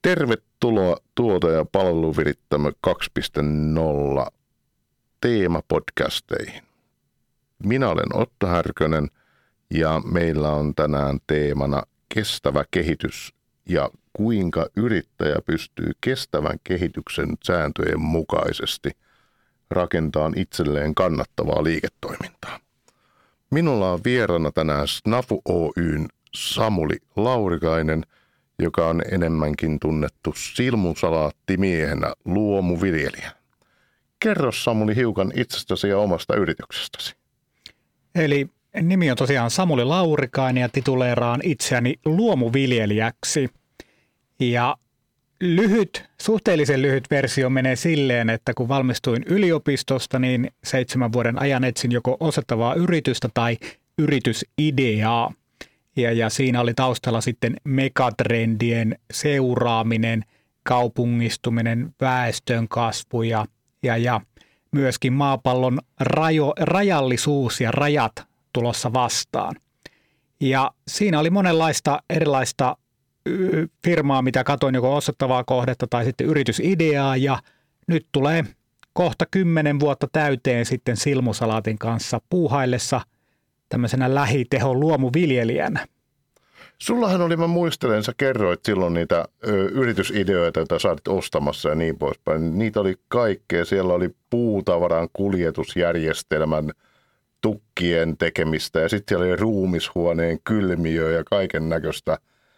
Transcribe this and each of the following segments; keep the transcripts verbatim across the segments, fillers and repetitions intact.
Tervetuloa tuote- ja palveluvirittämö kaksi piste nolla teemapodcasteihin. Minä olen Otto Härkönen ja meillä on tänään teemana kestävä kehitys ja kuinka yrittäjä pystyy kestävän kehityksen sääntöjen mukaisesti rakentamaan itselleen kannattavaa liiketoimintaa. Minulla on vieraana tänään Snafu Oyn Samuli Laurikainen, joka on enemmänkin tunnettu silmusalaattimiehen luomuviljelijä. Kerro Samuli hiukan itsestäsi ja omasta yrityksestäsi. Eli nimi on tosiaan Samuli Laurikainen ja tituleeraan itseäni luomuviljelijäksi. Ja lyhyt, suhteellisen lyhyt versio menee silleen, että kun valmistuin yliopistosta, niin seitsemän vuoden ajan etsin joko osattavaa yritystä tai yritysideaa. Ja, ja siinä oli taustalla sitten megatrendien seuraaminen, kaupungistuminen, väestön kasvu ja, ja, ja myöskin maapallon rajo, rajallisuus ja rajat tulossa vastaan. Ja siinä oli monenlaista erilaista firmaa, mitä katoin joko osattavaa kohdetta tai sitten yritysideaa. Ja nyt tulee kohta kymmenen vuotta täyteen sitten silmusalaatin kanssa puuhaillessa tämmöisenä lähitehon luomuviljelijänä. Sullahan oli, mä muistelen, sä kerroit silloin niitä ö, yritysideoita, joita sä olit ostamassa ja niin poispäin. Niitä oli kaikkea. Siellä oli puutavaran kuljetusjärjestelmän tukkien tekemistä ja sitten siellä oli ruumishuoneen kylmiö ja kaiken näköistä.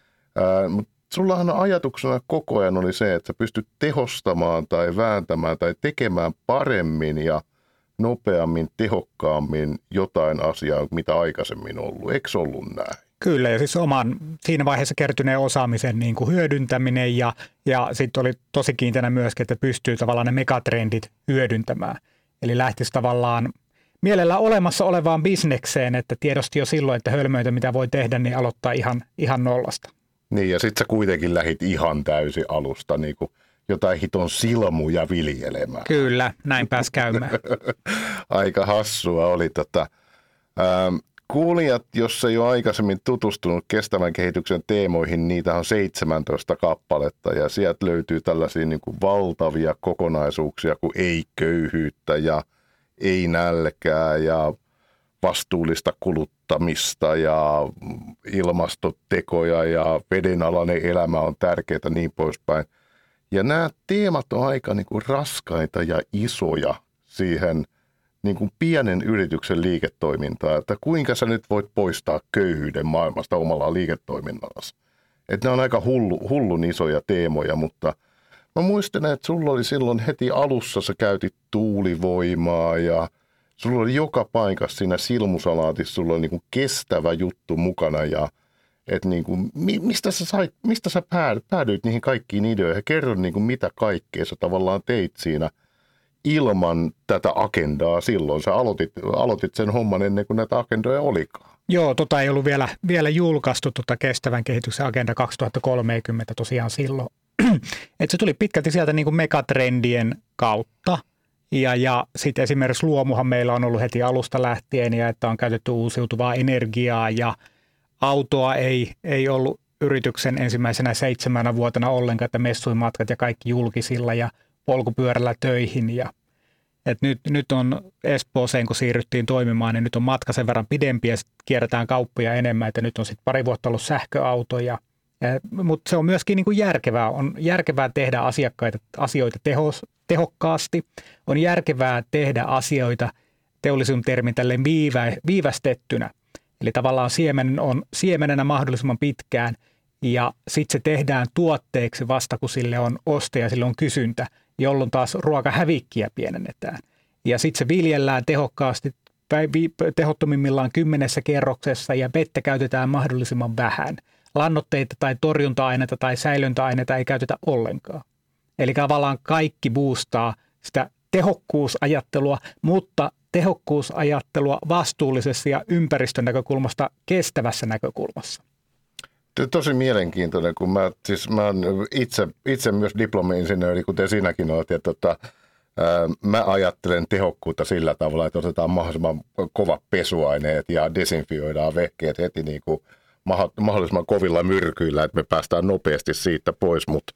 Mutta sullahan ajatuksena koko ajan oli se, että sä pystyt tehostamaan tai vääntämään tai tekemään paremmin ja nopeammin, tehokkaammin jotain asiaa, mitä aikaisemmin ollut. Eikö ollut näin? Kyllä, ja siis oman siinä vaiheessa kertyneen osaamisen niin kuin hyödyntäminen ja, ja sitten oli tosi kiinteänä myöskin, että pystyy tavallaan ne megatrendit hyödyntämään. Eli lähtisi tavallaan mielellä olemassa olevaan bisnekseen, että tiedosti jo silloin, että hölmöitä mitä voi tehdä, niin aloittaa ihan, ihan nollasta. Niin, ja sitten sä kuitenkin lähit ihan täysin alusta niin kuin jotain hiton silmuja viljelemään. Kyllä, näin pääsi käymään. Aika hassua oli tota. Ähm, kuulijat, jos ei ole aikaisemmin tutustunut kestävän kehityksen teemoihin, niitä on seitsemäntoista kappaletta ja sieltä löytyy tällaisia niin kuin valtavia kokonaisuuksia kuin ei-köyhyyttä ja ei-nälkää ja vastuullista kuluttamista ja ilmastotekoja ja vedenalainen elämä on tärkeää niin poispäin. Ja nämä teemat on aika niin kuin raskaita ja isoja siihen niin kuin pienen yrityksen liiketoimintaa, että kuinka sä nyt voit poistaa köyhyyden maailmasta omalla liiketoiminnallasi. Että ne on aika hullu, hullun isoja teemoja, mutta mä muistan, että sulla oli silloin heti alussa, sä käytit tuulivoimaa ja sulla oli joka paikassa siinä silmusalaatissa, sulla oli niin kuin kestävä juttu mukana ja että niin kuin, mistä sä, sait, mistä sä päädyit niihin kaikkiin ideoihin? Kerro niin kuin mitä kaikkea sä tavallaan teit siinä ilman tätä agendaa silloin. Sä aloitit, aloitit sen homman ennen kuin näitä agendoja olikaan. Joo, tota ei ollut vielä, vielä julkaistu tota kestävän kehityksen agenda kaksituhattakolmekymmentä tosiaan silloin. Että se tuli pitkälti sieltä niin kuin megatrendien kautta. Ja, ja sitten esimerkiksi luomuhan meillä on ollut heti alusta lähtien ja että on käytetty uusiutuvaa energiaa ja autoa ei, ei ollut yrityksen ensimmäisenä seitsemänä vuotena ollenkaan, että messuimatkat ja kaikki julkisilla ja polkupyörällä töihin. Ja, et nyt, nyt on Espooseen, kun siirryttiin toimimaan, niin nyt on matka sen verran pidempi ja kierretään kauppoja enemmän, että nyt on sitten pari vuotta ollut sähköautoja. Mutta se on myöskin niin kuin järkevää. On järkevää tehdä asiakkaita, asioita tehos, tehokkaasti. On järkevää tehdä asioita teollisuuden termin tälleen viivä, viivästettynä. Eli tavallaan siemen on siemenenä mahdollisimman pitkään ja sitten se tehdään tuotteeksi vasta, kun sille on ostaja, sille on kysyntä, jolloin taas ruokahävikkiä pienennetään. Ja sitten se viljellään tehokkaasti, tehottomimmillaan kymmenessä kerroksessa ja vettä käytetään mahdollisimman vähän. Lannoitteita tai torjunta-aineita tai säilöntäaineita ei käytetä ollenkaan. Eli tavallaan kaikki boostaa sitä tehokkuusajattelua, mutta tehokkuusajattelua vastuullisessa ja ympäristön näkökulmasta kestävässä näkökulmassa. Tosi mielenkiintoinen, kun mä, siis mä itse, itse myös diplomi-insinööri, kuten sinäkin olet, ja tota, ää, mä ajattelen tehokkuutta sillä tavalla, että otetaan mahdollisimman kovat pesuaineet ja desinfioidaan vehkeet heti niin kuin mahdollisimman kovilla myrkyillä, että me päästään nopeasti siitä pois, mutta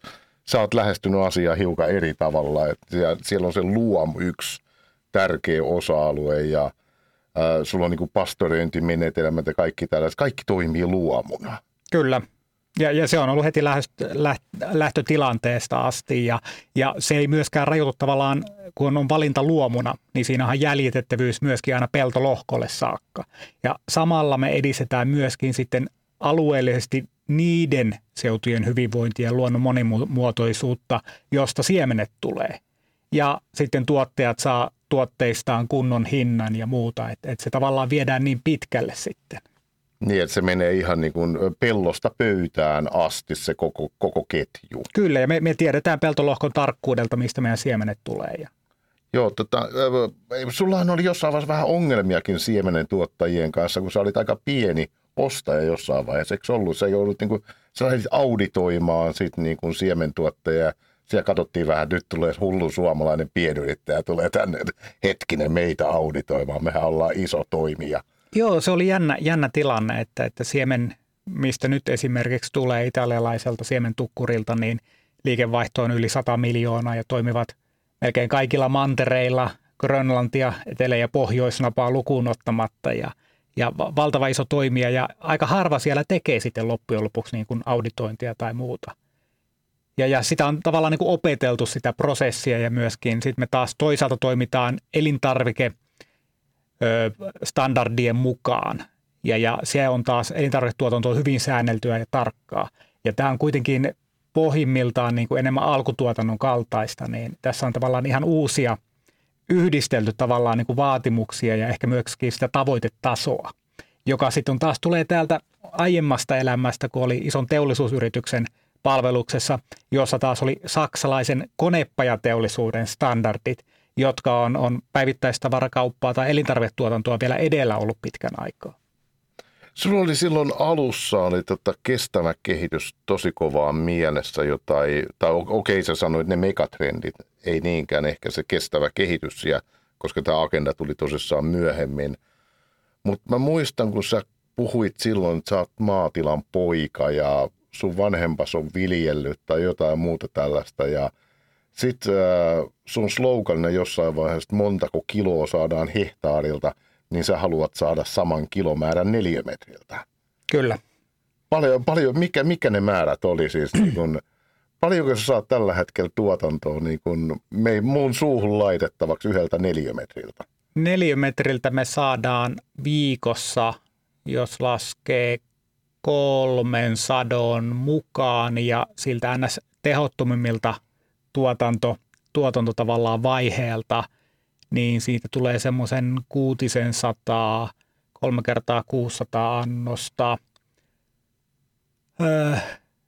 sä oot lähestynyt asiaa hiukan eri tavalla. Että siellä on se luomu yksi tärkeä osa-alue ja äh, sulla on niin kuin pastoröintimenetelmät ja kaikki tällaiset. Kaikki toimii luomuna. Kyllä. Ja, ja se on ollut heti lähtö, lähtötilanteesta asti ja, ja se ei myöskään rajoitu tavallaan, kun on valinta luomuna, niin siinä on jäljitettävyys myöskin aina peltolohkolle saakka. Ja samalla me edistetään myöskin sitten alueellisesti niiden seutujen hyvinvointia ja luonnon monimuotoisuutta, josta siemenet tulee. Ja sitten tuottajat saa tuotteistaan kunnon hinnan ja muuta, että et se tavallaan viedään niin pitkälle sitten. Niin, että se menee ihan niin kuin pellosta pöytään asti se koko, koko ketju. Kyllä, ja me, me tiedetään peltolohkon tarkkuudelta, mistä meidän siemenet tulee. Ja... Joo, tota, sullahan oli jossain vaiheessa vähän ongelmiakin siemenen tuottajien kanssa, kun sä olit aika pieni ostaja jossain vaiheessa. Eikö ollut? Sä joudut niin kuin, sä lähdit auditoimaan sit niin kuin siementuottajia. Siellä katsottiin vähän, että nyt tulee hullu suomalainen pienyrittäjä, tulee tänne hetkinen meitä auditoimaan. Mehän ollaan iso toimija. Joo, se oli jännä, jännä tilanne, että, että siemen, mistä nyt esimerkiksi tulee italialaiselta siementukkurilta, niin liikevaihto on yli sata miljoonaa ja toimivat melkein kaikilla mantereilla, Grönlantia, Etelä- ja Pohjoisnapaa lukuun ottamatta ja, ja valtava iso toimija ja aika harva siellä tekee sitten loppujen lopuksi niin kuin auditointia tai muuta. Ja, ja sitä on tavallaan niin kuin opeteltu sitä prosessia ja myöskin sitten me taas toisaalta toimitaan elintarvike standardien mukaan. Ja, ja se on taas elintarviketuotanto on hyvin säänneltyä ja tarkkaa. Ja tämä on kuitenkin pohjimmiltaan niin kuin enemmän alkutuotannon kaltaista, niin tässä on tavallaan ihan uusia yhdistelty tavallaan niin kuin vaatimuksia ja ehkä myöskin sitä tavoitetasoa, joka sitten taas tulee täältä aiemmasta elämästä, kun oli ison teollisuusyrityksen palveluksessa, jossa taas oli saksalaisen konepajateollisuuden standardit, jotka on, on päivittäistavarakauppaa tai elintarviketuotantoa vielä edellä ollut pitkän aikaa. Sulla oli silloin alussa oli tota kestävä kehitys tosi kovaa mielessä jotain, tai okei okay, sä sanoit ne megatrendit, ei niinkään ehkä se kestävä kehitys, ja, koska tämä agenda tuli tosissaan myöhemmin. Mutta mä muistan, kun sä puhuit silloin, että sä oot maatilan poika ja sun vanhempas on viljellyt tai jotain muuta tällaista, ja sitten äh, sun sloganina jossain vaiheessa, että montako kiloa saadaan hehtaarilta, niin sä haluat saada saman kilomäärän neliömetriltä. Kyllä. Paljon, paljon, mikä, mikä ne määrät oli siis? Niin kun, paljonko sä saat tällä hetkellä tuotantoa niin kun me, mun suuhun laitettavaksi yhdeltä neliömetriltä? Neliömetriltä me saadaan viikossa, jos laskee kolmen sadon mukaan ja siltä ns. Tehottomimmilta tuotanto, tuotanto tavallaan vaiheelta, niin siitä tulee semmoisen kuutisen sataa, kolme kertaa kuusisataa annosta, öö,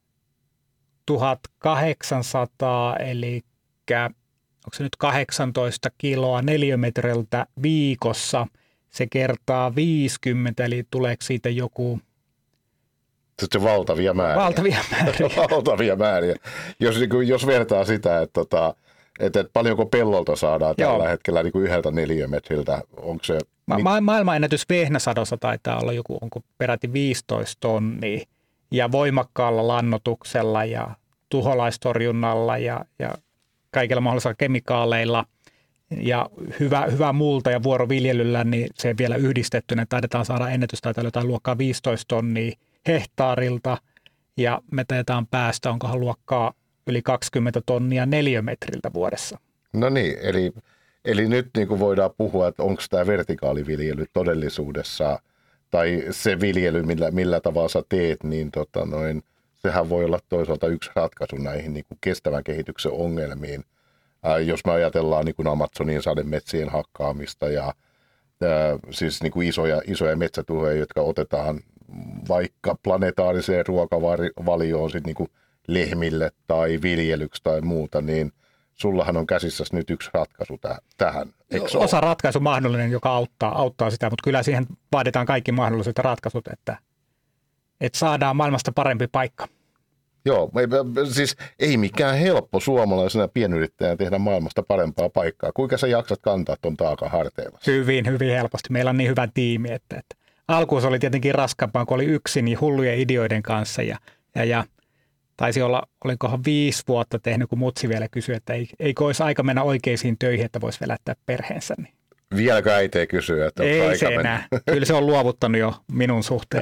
tuhatkahdeksansataa, eli onko se nyt kahdeksantoista kiloa neliömetriltä viikossa, se kertaa viisikymmentä, eli tuleeko siitä joku... Sitten valtavia määriä. Valtavia määriä. valtavia määriä. Jos, jos vertaa sitä, että, että, että paljonko pellolta saadaan Joo. tällä hetkellä niin kuin yhdeltä neliömetriltä, onko se... Ma- ma- maailmanennätys vehnäsadossa taitaa olla joku, onko peräti viisitoista tonnia, ja voimakkaalla lannotuksella ja tuholaistorjunnalla ja, ja kaikilla mahdollisilla kemikaaleilla ja hyvä, hyvä multa ja vuoroviljelyllä, niin se vielä yhdistettynä taidetaan saada ennätys, taitaa jotain luokkaa viisitoista tonnia hehtaarilta ja me taidetaan päästä, onkohan luokkaa yli kaksikymmentä tonnia neliömetriltä vuodessa. No niin, eli, eli nyt niin kuin voidaan puhua, että onko tämä vertikaaliviljely todellisuudessa tai se viljely, millä, millä tavalla sä teet, niin tota noin, sehän voi olla toisaalta yksi ratkaisu näihin niin kuin kestävän kehityksen ongelmiin. Ää, jos me ajatellaan niin kuin Amazonin sademetsien hakkaamista ja ää, siis niin kuin isoja, isoja metsätuhoja, jotka otetaan vaikka planetaariseen ruokavalioon sit niin kuin lehmille tai viljelyksi tai muuta, niin sullahan on käsissäsi nyt yksi ratkaisu täh- tähän. Eikö Osa ratkaisu mahdollinen, joka auttaa, auttaa sitä, mutta kyllä siihen vaaditaan kaikki mahdolliset ratkaisut, että, että saadaan maailmasta parempi paikka. Joo, siis ei mikään helppo suomalaisena pienyrittäjänä tehdä maailmasta parempaa paikkaa. Kuinka sä jaksat kantaa ton taakan harteilla? Hyvin, hyvin helposti. Meillä on niin hyvä tiimi, että, että alkuun se oli tietenkin raskaampaa, kun oli yksin niin hullujen ideoiden kanssa ja, ja, ja taisi olla, olikohan viisi vuotta tehnyt, kun mutsi vielä kysyi, että ei, eikö olisi aika mennä oikeisiin töihin, että voisi velättää perheensä. Niin. Vieläkö äiti ei kysy, että ei aika se mennä? enää. Kyllä se on luovuttanut jo minun suhteen.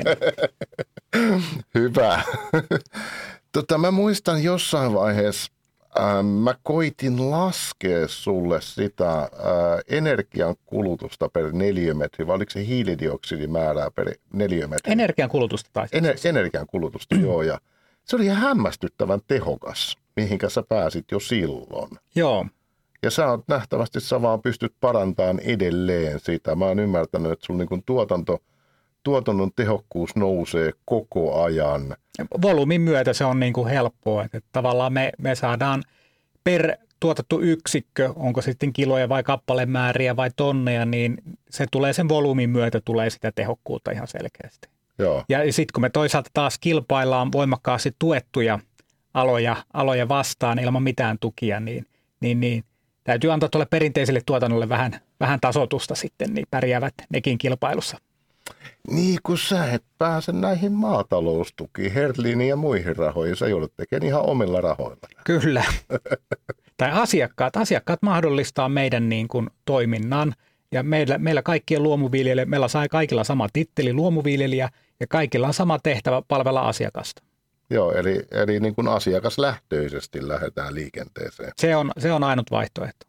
Hyvä. Tota, mä muistan jossain vaiheessa, äh, mä koitin laskea sulle sitä äh, energian kulutusta per neliömetri, vai oliko se hiilidioksidimäärää per neliömetri? Energian kulutusta taisi. Ener- energian kulutusta, joo. Ja se oli ihan hämmästyttävän tehokas, mihinkä sä pääsit jo silloin. Joo. Ja sä oot nähtävästi, sä vaan pystyt parantamaan edelleen sitä. Mä oon ymmärtänyt, että sun niin kun tuotanto, tuotannon tehokkuus nousee koko ajan. Volyymin myötä se on niin kuin helppoa, että tavallaan me, me saadaan per tuotettu yksikkö, onko sitten kiloja vai kappalemääriä vai tonneja, niin se tulee sen volyymin myötä, tulee sitä tehokkuutta ihan selkeästi. Joo. Ja sitten kun me toisaalta taas kilpaillaan voimakkaasti tuettuja aloja, aloja vastaan ilman mitään tukia, niin, niin, niin täytyy antaa tuolle perinteiselle tuotannolle vähän, vähän tasoitusta sitten, niin pärjäävät nekin kilpailussa. Niin, kun sä et pääse näihin maataloustukiin, Hertliiniin ja muihin rahoihin, sä joudut tekemään ihan omilla rahoilla. Kyllä. Tai asiakkaat. Asiakkaat mahdollistaa meidän niin kuin toiminnan. Ja meillä, meillä kaikkien luomuviljelijöillä, meillä saa kaikilla sama titteli luomuviljelijä ja kaikilla on sama tehtävä palvella asiakasta. Joo, eli, eli niin kuin asiakaslähtöisesti lähdetään liikenteeseen. Se on, se on ainut vaihtoehto.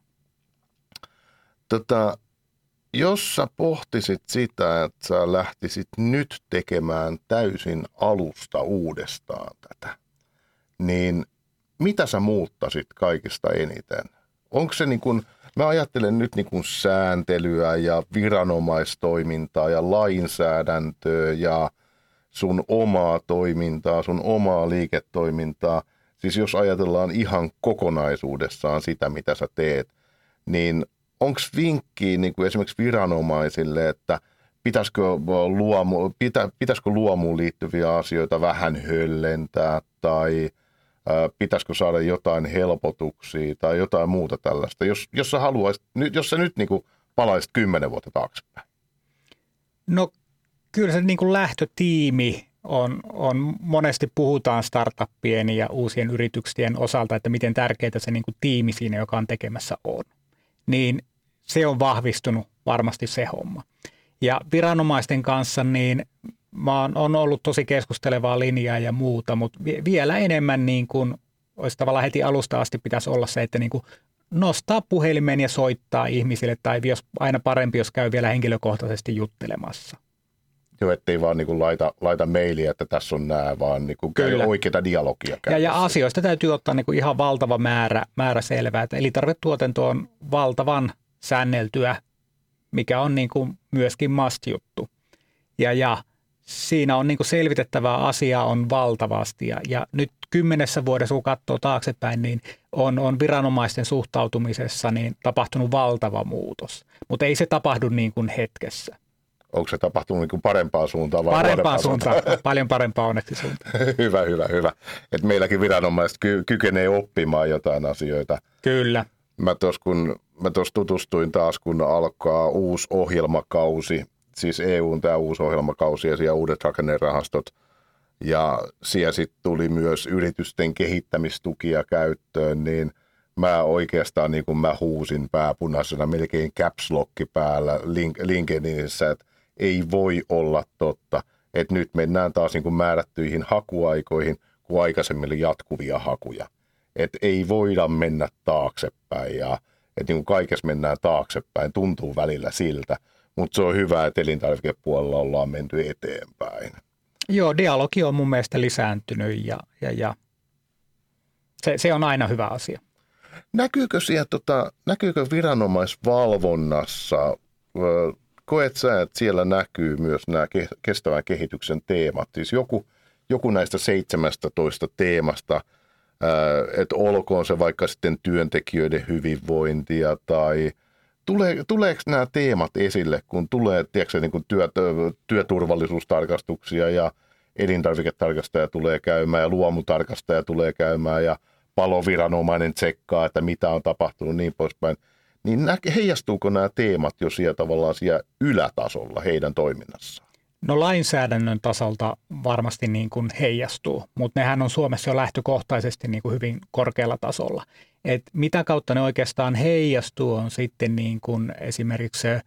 Tota, jos sä pohtisit sitä, että sä lähtisit nyt tekemään täysin alusta uudestaan tätä, niin mitä sä muuttasit kaikista eniten? Onko se niin kuin, mä ajattelen nyt niin kuin sääntelyä ja viranomaistoimintaa ja lainsäädäntöä ja sun omaa toimintaa, sun omaa liiketoimintaa. Siis jos ajatellaan ihan kokonaisuudessaan sitä, mitä sä teet, niin onko vinkkiä niin kuin esimerkiksi viranomaisille, että pitäisikö, luomu, pitä, pitäisikö luomuun liittyviä asioita vähän höllentää tai ää, pitäisikö saada jotain helpotuksia tai jotain muuta tällaista, jos, jos sä haluaisit, jos sä nyt niin kuin palaisit kymmenen vuotta taaksepäin? No kyllä se niin kuin lähtötiimi on, on, monesti puhutaan startuppien ja uusien yrityksien osalta, että miten tärkeää se niin kuin tiimi siinä, joka on tekemässä on. Niin se on vahvistunut varmasti se homma. Ja viranomaisten kanssa niin mä oon, on ollut tosi keskustelevaa linjaa ja muuta, mutta vielä enemmän niin kuin olisi tavallaan heti alusta asti pitäisi olla se, että niin kuin nostaa puhelimen ja soittaa ihmisille tai jos, aina parempi, jos käy vielä henkilökohtaisesti juttelemassa. Joo, ettei vaan niin kuin laita, laita mailia, että tässä on nämä, vaan niin kuin käy oikeita dialogia. Ja, ja asioista täytyy ottaa niin kuin ihan valtava määrä, määrä selvää. Että elintarviketuotanto on valtavan säänneltyä, mikä on niin kuin myöskin must-juttu. Ja, ja siinä on niin kuin selvitettävää asiaa on valtavasti. Ja, ja nyt kymmenessä vuodessa, kun katsoo taaksepäin, niin on, on viranomaisten suhtautumisessa niin tapahtunut valtava muutos. Mutta ei se tapahdu niin kuin hetkessä. Onko se tapahtunut niin kuin parempaan suuntaan vai parempaan suuntaan? suuntaan? Paljon parempaa onneksi suuntaan. Hyvä, hyvä, hyvä. Että meilläkin viranomaiset ky- kykenee oppimaan jotain asioita. Kyllä. Mä tuossa kun mä tuossa tutustuin taas, kun alkaa uusi ohjelmakausi, siis E U:n tämä uusi ohjelmakausi ja siellä uudet rakennerahastot. Ja siellä sitten tuli myös yritysten kehittämistukia käyttöön, niin mä oikeastaan niin kuin mä huusin pääpunaisena melkein caps lock päällä link, LinkedInissä, että ei voi olla totta, että nyt mennään taas niin kuin määrättyihin hakuaikoihin, kun aikaisemmin oli jatkuvia hakuja. Että ei voida mennä taaksepäin ja että niin kuin kaikessa mennään taaksepäin, tuntuu välillä siltä, mutta se on hyvä, että elintarvikepuolella ollaan menty eteenpäin. Joo, dialogi on mun mielestä lisääntynyt ja, ja, ja se, se on aina hyvä asia. Näkyykö, siellä, tota, näkyykö viranomaisvalvonnassa, koet sä, että siellä näkyy myös nämä kestävän kehityksen teemat? Siis joku, joku näistä seitsemästätoista teemasta, että olkoon se vaikka sitten työntekijöiden hyvinvointia tai tule, tuleeko nämä teemat esille, kun tulee tiedätkö, niin kuin työ, työturvallisuustarkastuksia ja elintarviketarkastaja tulee käymään ja luomutarkastaja tulee käymään ja paloviranomainen tsekkaa, että mitä on tapahtunut niin poispäin, niin heijastuuko nämä teemat jo siellä tavallaan siellä ylätasolla heidän toiminnassaan? No lainsäädännön tasolta varmasti niin kuin heijastuu, mutta nehän on Suomessa jo lähtökohtaisesti niin kuin hyvin korkealla tasolla. Et mitä kautta ne oikeastaan heijastuu on sitten niin kuin esimerkiksi se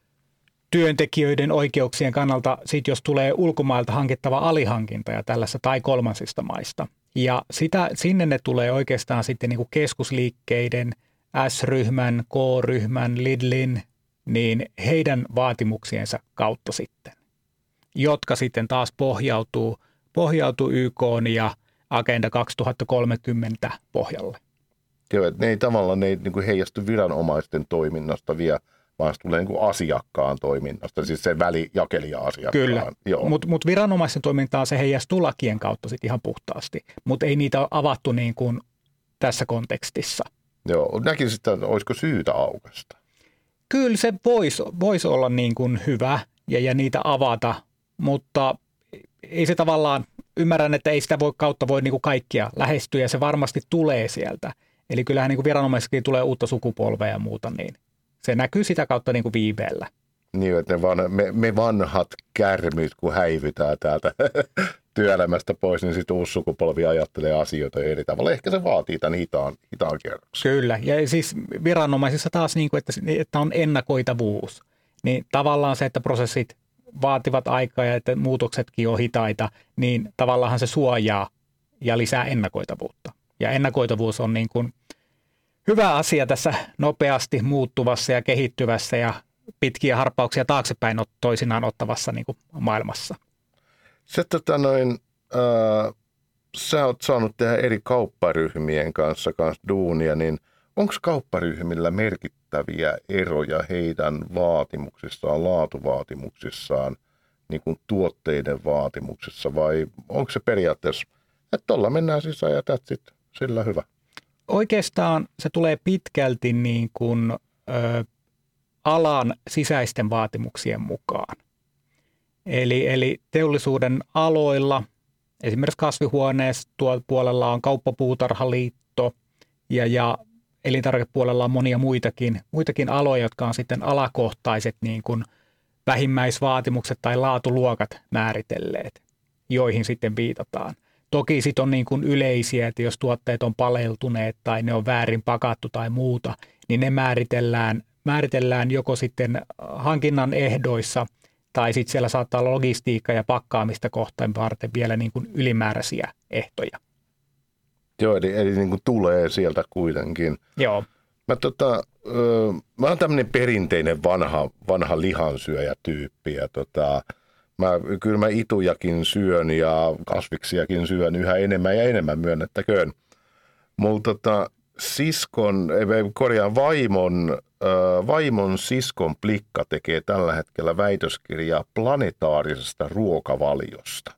työntekijöiden oikeuksien kannalta, sit jos tulee ulkomailta hankittava alihankinta ja tällaista tai kolmansista maista. Ja sitä, sinne ne tulee oikeastaan sitten niin kuin keskusliikkeiden, S-ryhmän, K-ryhmän, Lidlin, niin heidän vaatimuksiensa kautta sitten, jotka sitten taas pohjautuu, pohjautuu Y K:n ja Agenda kaksituhattakolmekymmentä pohjalle. Joo, että ne ei tavallaan ne ei niin kuin heijastu viranomaisten toiminnasta vielä, vaan se tulee niin kuin asiakkaan toiminnasta, siis se välijakelija-asiakkaan. Kyllä, mutta mut viranomaisten toimintaan se heijastuu lakien kautta sitten ihan puhtaasti, mutta ei niitä ole avattu niin kuin tässä kontekstissa. Joo, näkisin, että olisiko syytä aukaista? Kyllä se voisi vois olla niin kuin hyvä ja, ja niitä avata, mutta ei se tavallaan, ymmärrän, että ei sitä voi, kautta voi niin kuin kaikkia lähestyä ja se varmasti tulee sieltä. Eli kyllähän niin kuin viranomaisessakin tulee uutta sukupolvea ja muuta, niin se näkyy sitä kautta niin kuin viiveellä. Niin, että ne van, me, me vanhat kärmyt, kun häivytään täältä työelämästä pois, niin sitten uusi sukupolvi ajattelee asioita eri tavalla. Ehkä se vaatii tämän hitaan, hitaan kierroksen. Kyllä, ja siis viranomaisissa taas, niin kuin, että, että on ennakoitavuus. Niin tavallaan se, että prosessit vaativat aikaa ja että muutoksetkin on hitaita, niin tavallaan se suojaa ja lisää ennakoitavuutta. Ja ennakoitavuus on niin kuin hyvä asia tässä nopeasti muuttuvassa ja kehittyvässä ja pitkiä harppauksia taaksepäin toisinaan ottavassa niin kuin maailmassa. Se, tota noin, äh, sä oot saanut tehdä eri kaupparyhmien kanssa, kanssa duunia, niin onko kaupparyhmillä merkittäviä eroja heidän vaatimuksissaan, laatuvaatimuksissaan, niin kuin tuotteiden vaatimuksissa, vai onko se periaatteessa, että tuolla mennään sisään ja that's it, sillä hyvä? Oikeastaan se tulee pitkälti niin kuin, ö, alan sisäisten vaatimuksien mukaan. Eli, eli teollisuuden aloilla, esimerkiksi kasvihuoneessa tuolla puolella on Kauppapuutarhaliitto ja, ja elintarvikepuolella on monia muitakin, muitakin aloja, jotka on sitten alakohtaiset niin kuin vähimmäisvaatimukset tai laatuluokat määritelleet, joihin sitten viitataan. Toki sitten on niin kuin yleisiä, että jos tuotteet on paleltuneet tai ne on väärin pakattu tai muuta, niin ne määritellään, määritellään joko sitten hankinnan ehdoissa tai sitten siellä saattaa olla logistiikka ja pakkaamista kohtaan varten vielä niin kuin ylimääräisiä ehtoja. Joo, eli, eli niin kuin tulee sieltä kuitenkin. Joo. Mä, tota, ö, mä oon tämmöinen perinteinen vanha, vanha lihansyöjä-tyyppi ja tota, mä, kyllä mä itujakin syön ja kasviksiakin syön yhä enemmän ja enemmän, myönnettäköön. Mulla tota, siskon, korjaan vaimon, äh, vaimon siskon plikka tekee tällä hetkellä väitöskirjaa planetaarisesta ruokavaliosta.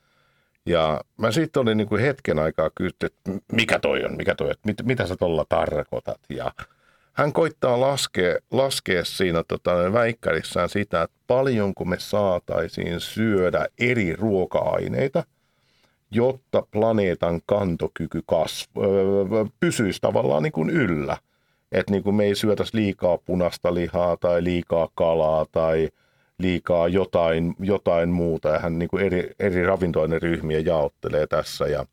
Ja mä sitten olin niin kuin hetken aikaa kysynyt, että mikä toi on, mikä toi on, mit, mitä sä tuolla tarkoitat. Ja hän koittaa laskea, laskea siinä tota, väikkärissään sitä, että paljonko me saataisiin syödä eri ruoka-aineita, jotta planeetan kantokyky kasv- öö, pysyisi tavallaan niin kuin yllä. Että niin kuin me ei syötäisi liikaa punaista lihaa tai liikaa kalaa tai liikaa jotain, jotain muuta. Ja hän niin kuin eri, eri ravintoaineryhmiä jaottelee tässä. Ja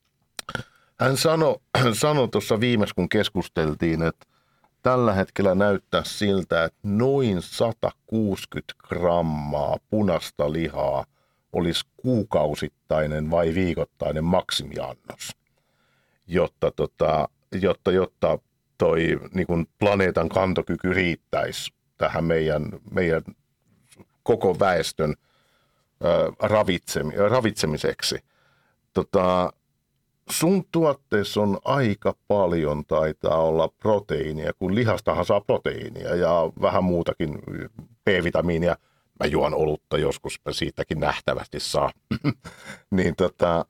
hän sanoi sano tuossa viimeksi, kun keskusteltiin, että tällä hetkellä näyttää siltä, että noin sata kuusikymmentä grammaa punaista lihaa olisi kuukausittainen vai viikoittainen maksimiannos, jotta, tota, jotta, jotta toi niin kuin planeetan kantokyky riittäisi tähän meidän, meidän koko väestön ää, ravitsemi, ravitsemiseksi. Tota, sun tuotteessa on aika paljon taitaa olla proteiinia, kun lihastahan saa proteiinia ja vähän muutakin B-vitamiinia. Mä juon olutta joskus, mä siitäkin nähtävästi saa. niin tota,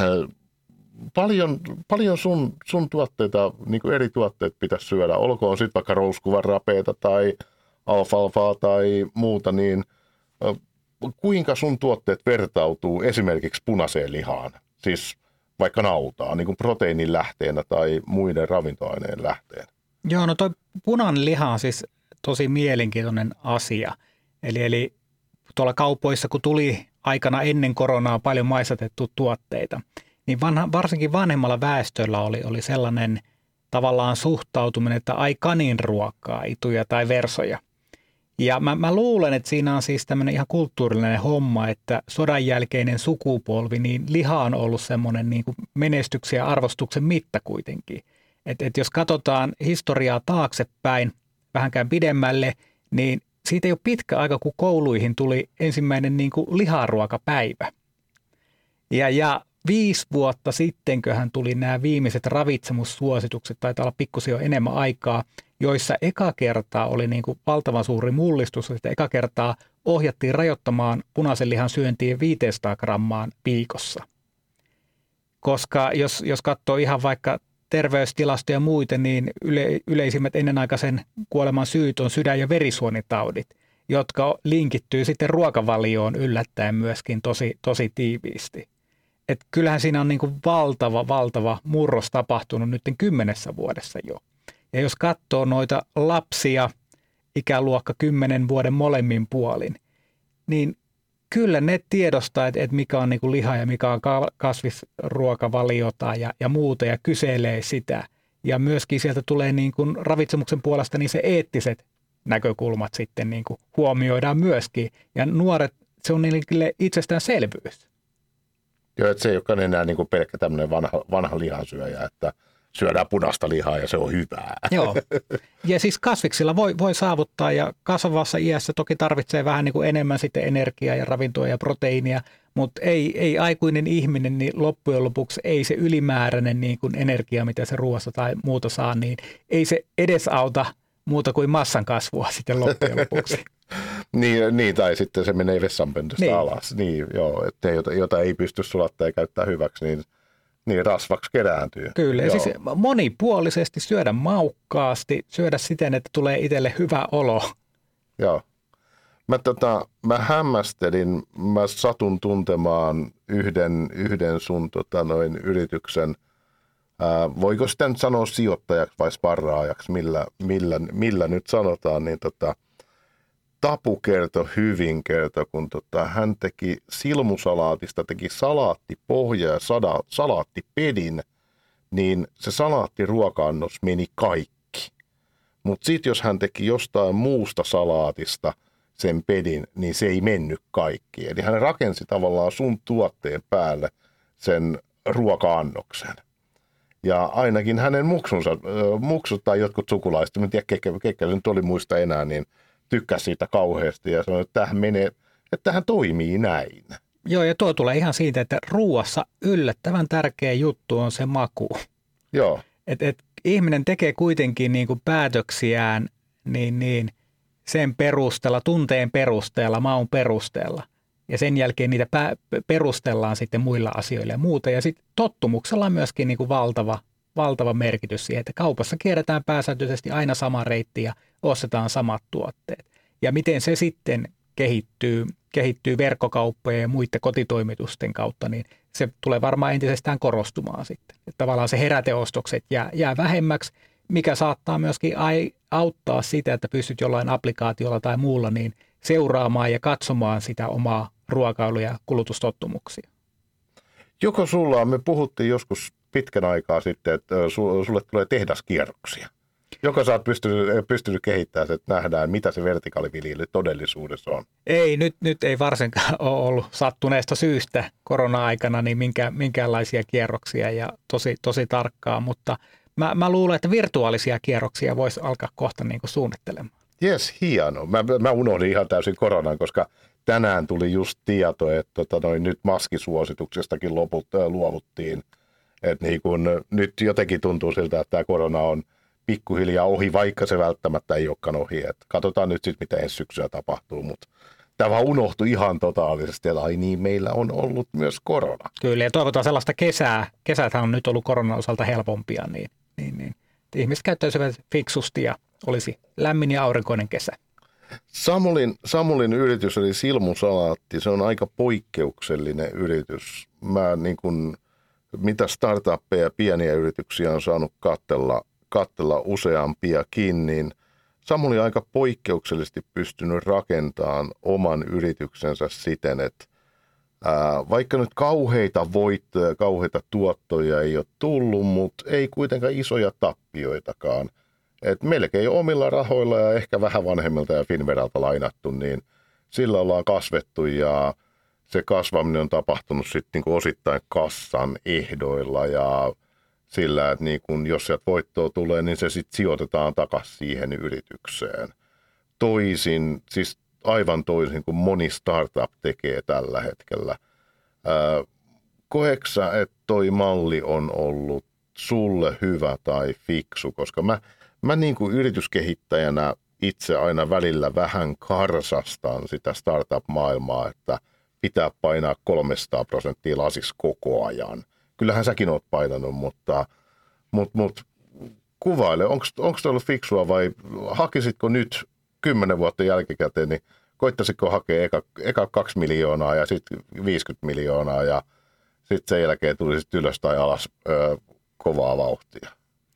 paljon, paljon sun, sun tuotteita, niin kuin eri tuotteet pitäisi syödä. Olkoon sitten vaikka rouskuvan rapeita tai alfalfaa tai muuta, niin kuinka sun tuotteet vertautuu esimerkiksi punaiseen lihaan? Siis vaikka nautaa, niin kuin proteiinin lähteenä tai muiden ravintoaineen lähteenä. Joo, no toi punainen liha on siis tosi mielenkiintoinen asia. Eli, eli tuolla kaupoissa, kun tuli aikana ennen koronaa paljon maistatettu tuotteita, niin vanha, varsinkin vanhemmalla väestöllä oli, oli sellainen tavallaan suhtautuminen, että ai kanin ruokaa, ituja tai versoja. Ja mä, mä luulen, että siinä on siis tämmöinen ihan kulttuurillinen homma, että sodan jälkeinen sukupolvi, niin liha on ollut semmoinen niin kuin menestyksen ja arvostuksen mitta kuitenkin. Että et jos katsotaan historiaa taaksepäin vähänkään pidemmälle, niin siitä ei ole pitkä aika, kun kouluihin tuli ensimmäinen niin kuin liharuokapäivä. Ja, ja viisi vuotta sittenköhän tuli nämä viimeiset ravitsemussuositukset, taitaa olla pikkusen jo enemmän aikaa, joissa eka kertaa oli niin kuin valtavan suuri mullistus, että eka kertaa ohjattiin rajoittamaan punaisen lihan syöntiin viisisataa grammaan viikossa. Koska jos, jos katsoo ihan vaikka terveystilastoja ja muita, niin yle, yleisimmät ennenaikaisen kuoleman syyt on sydän- ja verisuonitaudit, jotka linkittyy sitten ruokavalioon yllättäen myöskin tosi, tosi tiiviisti. Et kyllähän siinä on niin kuin valtava, valtava murros tapahtunut nyt kymmenessä vuodessa jo. Ja jos katsoo noita lapsia, ikäluokka kymmenen vuoden molemmin puolin, niin kyllä ne tiedostaa, että, että mikä on niin kuin liha ja mikä on kasvisruokavaliota ja, ja muuta ja kyselee sitä. Ja myöskin sieltä tulee niin kuin ravitsemuksen puolesta niin se eettiset näkökulmat sitten niin kuin huomioidaan myöskin. Ja nuoret, se on niille itsestäänselvyys. Joo, että se ei olekaan enää niin kuin pelkkä tämmöinen vanha, vanha lihansyöjä, että syödään punaista lihaa ja se on hyvää. Joo, ja siis kasviksilla voi, voi saavuttaa ja kasvavassa iässä toki tarvitsee vähän niin kuin enemmän sitten energiaa ja ravintoa ja proteiinia, mutta ei, ei aikuinen ihminen, niin loppujen lopuksi ei se ylimääräinen niin kuin energia, mitä se ruoassa tai muuta saa, niin ei se edesauta muuta kuin massan kasvua sitten loppujen lopuksi. Niin, niin, tai sitten se menee vessanpöntöstä niin. alas. Niin, joo, että jota, jota ei pysty sulattaa ja käyttää hyväksi, niin, niin rasvaksi kerääntyy. Kyllä, ja siis monipuolisesti syödä maukkaasti, syödä siten, että tulee itselle hyvä olo. Joo. Mä, tota, mä hämmästelin, mä satun tuntemaan yhden, yhden sun tota, noin yrityksen, ää, voiko sitä nyt sanoa sijoittajaksi vai sparraajaksi, millä, millä, millä nyt sanotaan, niin tota, Tapu kertoi hyvin kertoi, kun tota, hän teki silmusalaatista, teki salaattipohja ja sada, salaattipedin, niin se salaattiruoka-annos meni kaikki. Mutta sitten jos hän teki jostain muusta salaatista sen pedin, niin se ei mennyt kaikki. Eli hän rakensi tavallaan sun tuotteen päälle sen ruoka-annoksen. Ja ainakin hänen muksunsa, muksut tai jotkut sukulaiset, en tiedä kekä, kekä se nyt oli muista enää, niin tykkäsi siitä kauheasti ja sanoi, että tämähän menee, että tämähän toimii näin. Joo, ja tuo tulee ihan siitä, että ruuassa yllättävän tärkeä juttu on se maku. Joo. Et, et ihminen tekee kuitenkin niin kuin päätöksiään niin, niin sen perusteella, tunteen perusteella, maun perusteella. Ja sen jälkeen niitä pää, perustellaan sitten muilla asioilla ja muuta. Ja sitten tottumuksella on myöskin niin kuin valtava, valtava merkitys siihen, että kaupassa kierretään pääsääntöisesti aina sama reitti ja ostetaan samat tuotteet. Ja miten se sitten kehittyy, kehittyy verkkokauppojen ja muiden kotitoimitusten kautta, niin se tulee varmaan entisestään korostumaan sitten. Että tavallaan se heräteostokset jää, jää vähemmäksi, mikä saattaa myöskin auttaa sitä, että pystyt jollain applikaatiolla tai muulla niin seuraamaan ja katsomaan sitä omaa ruokailu- ja kulutustottumuksia. Joko sulla on, me puhuttiin joskus pitkän aikaa sitten, että sulle tulee tehdaskierroksia. Joko sä oot pystynyt, pystynyt kehittämään, että nähdään, mitä se vertikaaliviljely todellisuudessa on? Ei, nyt, nyt ei varsinkaan ole ollut sattuneesta syystä korona-aikana niin minkä, minkäänlaisia kierroksia ja tosi, tosi tarkkaa, mutta mä, mä luulen, että virtuaalisia kierroksia voisi alkaa kohta niin kuin suunnittelemaan. Jes, hieno. Mä, mä unohdin ihan täysin koronan, koska tänään tuli just tieto, että tota, noin, nyt maskisuosituksestakin loput, äh, luovuttiin. Et niin kun, nyt jotenkin tuntuu siltä, että tämä korona on pikkuhiljaa ohi, vaikka se välttämättä ei olekaan ohi. Et katsotaan nyt sitten, mitä ensi syksyä tapahtuu, mutta tämä vaan unohtui ihan totaalisesti, että ai niin, meillä on ollut myös korona. Kyllä, ja toivotaan sellaista kesää. Kesäthän on nyt ollut koronan osalta helpompia, niin, niin, niin. ihmiset käyttäisivät fiksusti ja olisi lämmin ja aurinkoinen kesä. Samulin, Samulin yritys eli silmusalaatti, se on aika poikkeuksellinen yritys. Mä niin kun, mitä startuppeja ja pieniä yrityksiä on saanut katsella, katsella useampiakin, niin Samuli aika poikkeuksellisesti pystynyt rakentamaan oman yrityksensä siten, että ää, vaikka nyt kauheita voittoja, kauheita tuottoja ei ole tullut, mutta ei kuitenkaan isoja tappioitakaan. Et melkein omilla rahoilla ja ehkä vähän vanhemmilta ja Finnveralta lainattu, niin sillä ollaan kasvettu ja se kasvaminen on tapahtunut sitten niinku osittain kassan ehdoilla ja sillä, että niin kun, jos sieltä voittoa tulee, niin se sitten sijoitetaan takaisin siihen yritykseen. Toisin, siis aivan toisin kuin moni startup tekee tällä hetkellä. Koetko sä, että toi malli on ollut sulle hyvä tai fiksu? Koska mä, mä niin kuin yrityskehittäjänä itse aina välillä vähän karsastan sitä startup-maailmaa, että pitää painaa kolmesataa prosenttia lasiksi koko ajan. Kyllähän säkin oot painanut, mutta, mutta, mutta kuvaile, onko se ollut fiksua vai hakisitko nyt kymmenen vuotta jälkikäteen, niin koittaisitko hakea eka, eka kaksi miljoonaa ja sitten viisikymmentä miljoonaa ja sitten sen jälkeen tulisit ylös tai alas ö, kovaa vauhtia?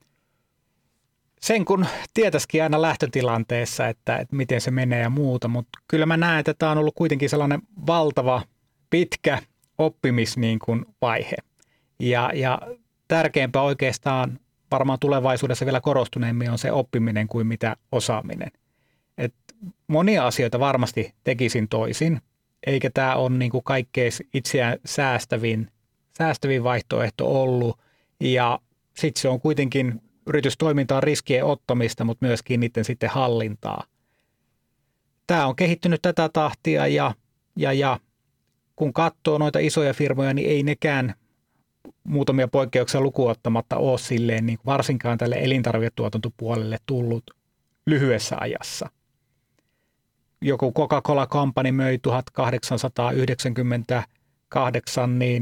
Sen kun tietäisikin aina lähtötilanteessa, että, että miten se menee ja muuta, mutta kyllä mä näen, että tämä on ollut kuitenkin sellainen valtava, pitkä oppimisvaihe. Niin kuin vaihe. Ja, ja tärkeämpää oikeastaan varmaan tulevaisuudessa vielä korostuneemmin on se oppiminen kuin mitä osaaminen. Et monia asioita varmasti tekisin toisin, eikä tämä ole niin kuin kaikkein itseään säästävin, säästävin vaihtoehto ollut. Ja sitten se on kuitenkin yritystoimintaan riskien ottamista, mutta myöskin niiden sitten hallintaa. Tämä on kehittynyt tätä tahtia ja, ja, ja kun katsoo noita isoja firmoja, niin ei nekään muutamia poikkeuksia lukuun ottamatta ole silleen niin varsinkaan tälle elintarviketuotantopuolelle tullut lyhyessä ajassa. Joku Coca-Cola Company möi tuhatkahdeksansataayhdeksänkymmentäkahdeksan niin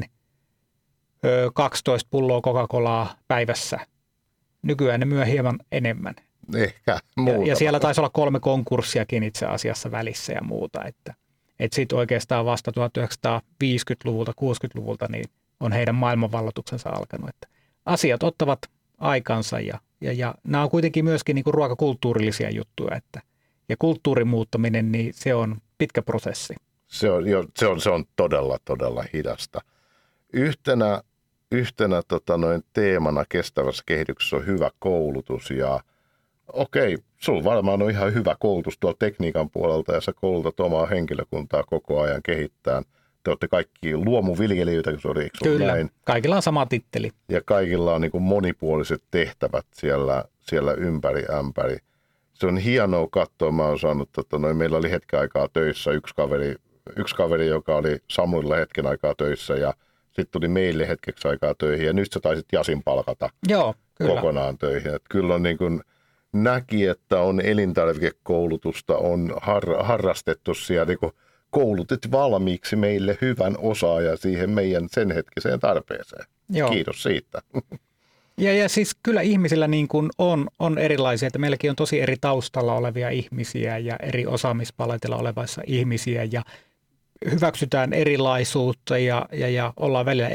kaksitoista pulloa Coca-Colaa päivässä. Nykyään ne myy hieman enemmän. Ehkä muuta. Ja, ja siellä taisi olla kolme konkurssiakin itse asiassa välissä ja muuta. Että, että sitten oikeastaan vasta tuhatyhdeksänsataaviisikymmentäluvulta, kuusikymmentäluvulta niin on heidän maailmanvalloituksensa alkanut. Että asiat ottavat aikansa ja, ja, ja nämä on kuitenkin myöskin niin kuin ruokakulttuurillisia juttuja. Että, ja kulttuurin muuttaminen, niin se on pitkä prosessi. Se on, se on, se on todella, todella hidasta. Yhtenä Yhtenä tota, noin teemana kestävässä kehityksessä on hyvä koulutus ja okei, sulla varmaan on ihan hyvä koulutus tuolla tekniikan puolelta ja sä koulutat omaa henkilökuntaa koko ajan kehittämään. Te olette kaikki luomuviljelijöitä, eikö Kyllä, näin? Kaikilla on sama titteli. Ja kaikilla on niin kuin monipuoliset tehtävät siellä, siellä ympäri ämpäri. Se on hienoa katsoa, mä oon saanut, tota, noin, meillä oli hetken aikaa töissä yksi kaveri, yksi kaveri joka oli Samulilla hetken aikaa töissä ja sitten tuli meille hetkeksi aikaa töihin ja nyt sä taisit Jasin palkata Joo, kyllä. kokonaan töihin. Et kyllä on niin kuin näki, että on elintarvikekoulutusta, on har, harrastettu siellä, niin kuin koulutit valmiiksi meille hyvän osaajan siihen meidän sen hetkiseen tarpeeseen. Joo. Kiitos siitä. Ja, ja siis kyllä ihmisillä niin kuin on, on erilaisia, että meilläkin on tosi eri taustalla olevia ihmisiä ja eri osaamispaletilla olevissa ihmisiä ja hyväksytään erilaisuutta ja, ja, ja ollaan välillä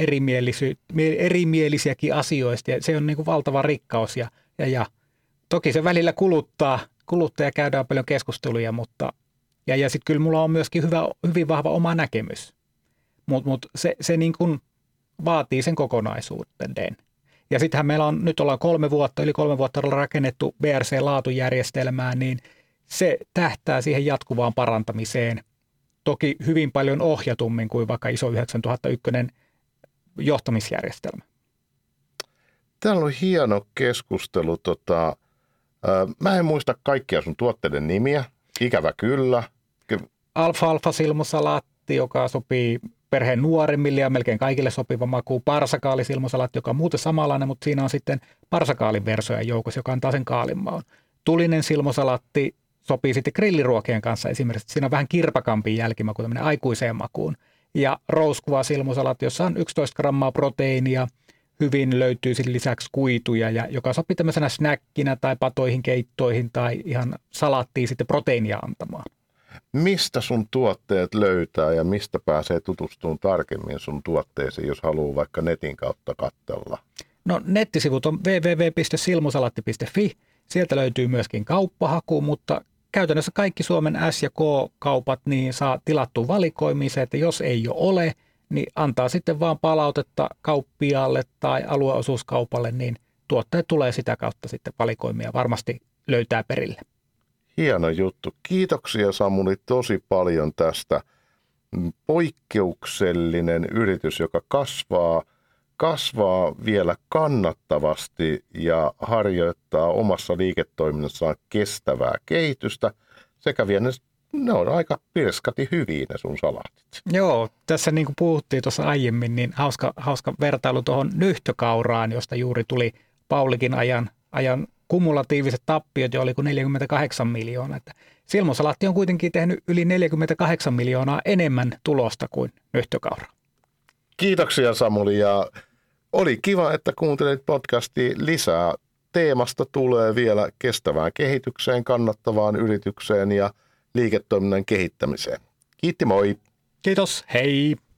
erimielisiäkin asioista ja se on niin kuin valtava rikkaus ja, ja, ja toki se välillä kuluttaa, kuluttaa ja käydään paljon keskusteluja, mutta ja, ja sitten kyllä mulla on myöskin hyvä, hyvin vahva oma näkemys, mutta mut se, se niin kuin vaatii sen kokonaisuuden. Ja sittenhän meillä on, nyt ollaan kolme vuotta, yli kolme vuotta rakennettu B R C-laatujärjestelmää, niin se tähtää siihen jatkuvaan parantamiseen. Toki hyvin paljon ohjatummin kuin vaikka ISO yhdeksäntuhatta yksi johtamisjärjestelmä. Täällä on hieno keskustelu. Tota, äh, mä en muista kaikkia sun tuotteiden nimiä. Ikävä kyllä. Alfa-alfa-silmusalaatti, joka sopii perheen nuoremmille ja melkein kaikille sopiva maku. Parsakaalisilmusalaatti, joka on muuten samanlainen, mutta siinä on sitten parsakaalin versioja joukossa, joka antaa sen kaalimmaun. Tulinen silmusalaatti sopii sitten grilliruokien kanssa esimerkiksi. Siinä on vähän kirpakampin jälkimaku, tämmöinen aikuiseen makuun. Ja rouskuva silmusalat, jossa on yksitoista grammaa proteiinia. Hyvin löytyy sitten lisäksi kuituja, ja joka sopii tämmöisenä snäkkinä tai patoihin, keittoihin tai ihan salattiin sitten proteiinia antamaan. Mistä sun tuotteet löytää ja mistä pääsee tutustumaan tarkemmin sun tuotteisiin, jos haluaa vaikka netin kautta katsella? No nettisivut on double-u double-u double-u piste silmusalatti piste fi Sieltä löytyy myöskin kauppahaku, mutta käytännössä kaikki Suomen S- ja K-kaupat niin saa tilattua valikoimiin, että jos ei jo ole, niin antaa sitten vaan palautetta kauppiaalle tai alueosuuskaupalle, niin tuotteet tulee sitä kautta sitten valikoimia varmasti löytää perille. Hieno juttu. Kiitoksia Samuli tosi paljon tästä. Poikkeuksellinen yritys, joka kasvaa, kasvaa vielä kannattavasti ja harjoittaa omassa liiketoiminnassaan kestävää kehitystä sekä vielä ne on aika pirskati hyviä ne sun salaatit. Joo, tässä niin kuin puhuttiin tuossa aiemmin, niin hauska, hauska vertailu tuohon nyhtökauraan, josta juuri tuli Paulikin ajan, ajan kumulatiiviset tappiot, jo oli kuin neljäkymmentäkahdeksan miljoonaa. Että silmusalaatti on kuitenkin tehnyt yli neljäkymmentäkahdeksan miljoonaa enemmän tulosta kuin nyhtökaura. Kiitoksia Samuli ja oli kiva, että kuuntelit podcastia lisää. Teemasta tulee vielä kestävään kehitykseen, kannattavaan yritykseen ja liiketoiminnan kehittämiseen. Kiitti, moi! Kiitos, hei!